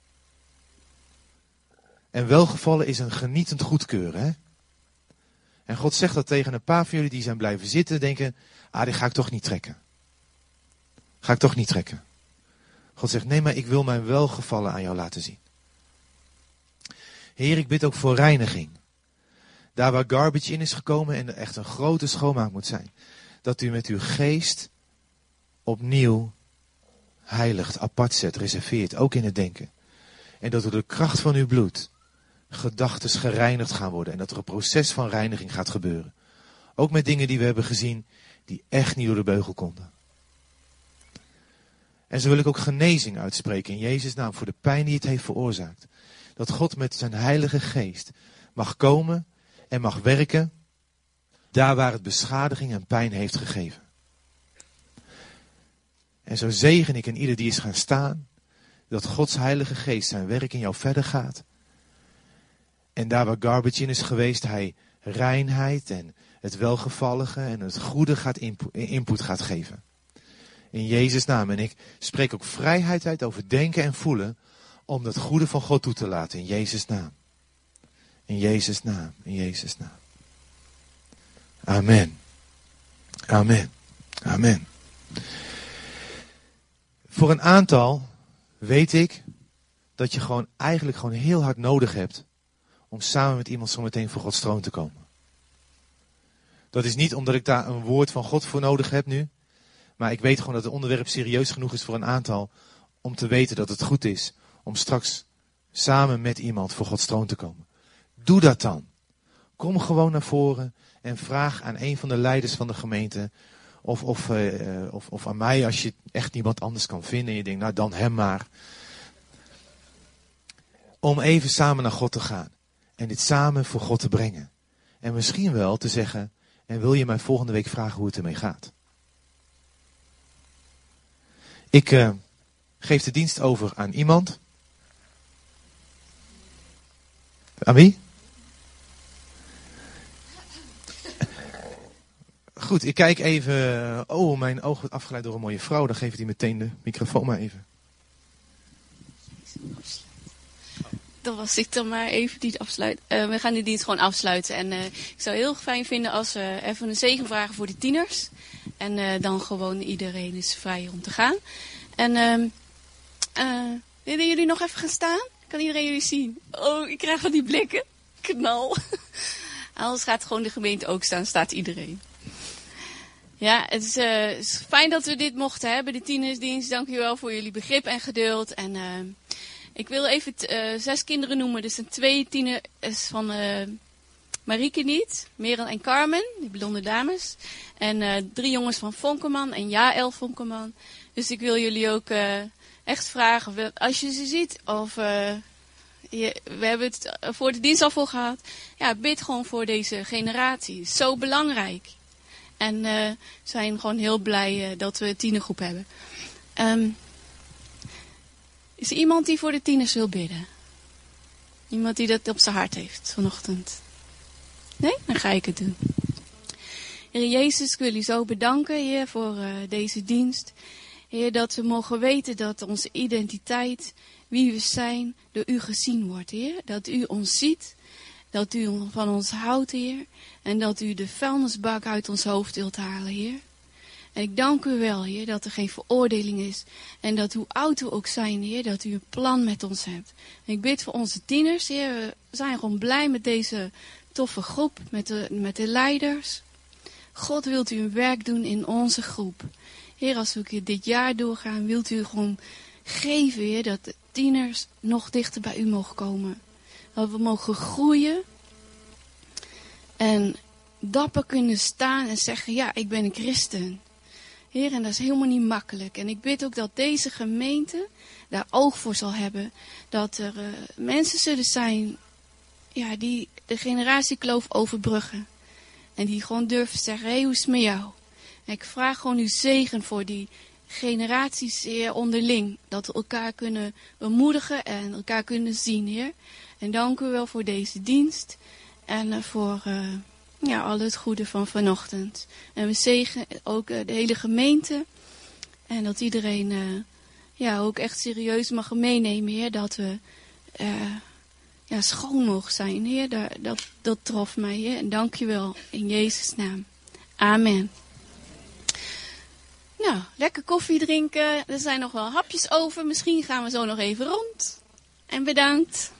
En welgevallen is een genietend goedkeuren. Hè? En God zegt dat tegen een paar van jullie die zijn blijven zitten. Denken, ah, die ga ik toch niet trekken. Ga ik toch niet trekken. God zegt, nee, maar ik wil mijn welgevallen aan jou laten zien. Heer, ik bid ook voor reiniging. Daar waar garbage in is gekomen en er echt een grote schoonmaak moet zijn. Dat u met uw geest opnieuw heiligt, apart zet, reserveert, ook in het denken. En dat door de kracht van uw bloed gedachtes gereinigd gaan worden. En dat er een proces van reiniging gaat gebeuren. Ook met dingen die we hebben gezien die echt niet door de beugel konden. En zo wil ik ook genezing uitspreken in Jezus' naam voor de pijn die het heeft veroorzaakt. Dat God met zijn heilige geest mag komen en mag werken daar waar het beschadiging en pijn heeft gegeven. En zo zegen ik en ieder die is gaan staan, dat Gods heilige geest zijn werk in jou verder gaat. En daar waar garbage in is geweest, hij reinheid en het welgevallige en het goede gaat input, input gaat geven. In Jezus' naam. En ik spreek ook vrijheid uit over denken en voelen om dat goede van God toe te laten. In Jezus' naam. In Jezus' naam. In Jezus' naam. Amen. Amen. Amen. Voor een aantal weet ik dat je gewoon eigenlijk gewoon heel hard nodig hebt om samen met iemand zo meteen voor Gods troon te komen. Dat is niet omdat ik daar een woord van God voor nodig heb nu. Maar ik weet gewoon dat het onderwerp serieus genoeg is voor een aantal om te weten dat het goed is om straks samen met iemand voor Gods troon te komen. Doe dat dan. Kom gewoon naar voren en vraag aan een van de leiders van de gemeente of, of, uh, of, of aan mij als je echt niemand anders kan vinden en je denkt, nou dan hem maar. Om even samen naar God te gaan en dit samen voor God te brengen. En misschien wel te zeggen, en wil je mij volgende week vragen hoe het ermee gaat? Ik uh, geef de dienst over aan iemand. Aan wie? Goed, ik kijk even. Oh, mijn oog wordt afgeleid door een mooie vrouw. Dan geef ik die meteen de microfoon maar even. Dan was ik dan maar even die afsluit. Uh, we gaan die dienst gewoon afsluiten. En uh, ik zou het heel fijn vinden als we even een zegen vragen voor de tieners. En uh, dan gewoon iedereen is vrij om te gaan. En uh, uh, willen jullie nog even gaan staan? Kan iedereen jullie zien? Oh, ik krijg van die blikken. Knal. Anders gaat gewoon de gemeente ook staan. Staat iedereen. Ja, het is, uh, het is fijn dat we dit mochten hebben. De tienersdienst. Dank u wel voor jullie begrip en geduld. En uh, Ik wil even t, uh, zes kinderen noemen. Dus een twee tieners van uh, Marieke niet, Merel en Carmen, die blonde dames. En uh, drie jongens van Vonkerman en Jaël Vonkerman. Dus ik wil jullie ook uh, echt vragen, als je ze ziet, of uh, je, we hebben het voor de dienst al voor gehad. Ja, bid gewoon voor deze generatie. Zo belangrijk. En uh, zijn gewoon heel blij uh, dat we een tienergroep hebben. Um, is er iemand die voor de tieners wil bidden? Iemand die dat op zijn hart heeft vanochtend? Nee? Dan ga ik het doen. Heer Jezus, ik wil u zo bedanken, Heer, voor uh, deze dienst. Heer, dat we mogen weten dat onze identiteit, wie we zijn, door u gezien wordt, Heer. Dat u ons ziet, dat u van ons houdt, Heer. En dat u de vuilnisbak uit ons hoofd wilt halen, Heer. En ik dank u wel, Heer, dat er geen veroordeling is. En dat hoe oud we ook zijn, Heer, dat u een plan met ons hebt. En ik bid voor onze tieners, Heer. We zijn gewoon blij met deze toffe groep, met de, met de leiders. God, wilt u een werk doen in onze groep. Heer, als we dit jaar doorgaan, wilt u gewoon geven, Heer, dat de tieners nog dichter bij u mogen komen. Dat we mogen groeien. En dapper kunnen staan en zeggen, ja, ik ben een christen. Heer, en dat is helemaal niet makkelijk. En ik bid ook dat deze gemeente daar oog voor zal hebben. Dat er uh, mensen zullen zijn, ja, die de generatiekloof overbruggen. En die gewoon durven zeggen, hé, hey, hoe is het met jou? En ik vraag gewoon uw zegen voor die generaties, Heer, onderling. Dat we elkaar kunnen bemoedigen en elkaar kunnen zien, Heer. En dank u wel voor deze dienst. En uh, voor uh, ja, al het goede van vanochtend. En we zegen ook uh, de hele gemeente. En dat iedereen uh, ja, ook echt serieus mag meenemen, Heer. Dat we uh, ja, schoon mogen zijn, Heer. Dat, dat, dat trof mij, Heer. En dank je wel in Jezus' naam. Amen. Nou, lekker koffie drinken. Er zijn nog wel hapjes over. Misschien gaan we zo nog even rond. En bedankt.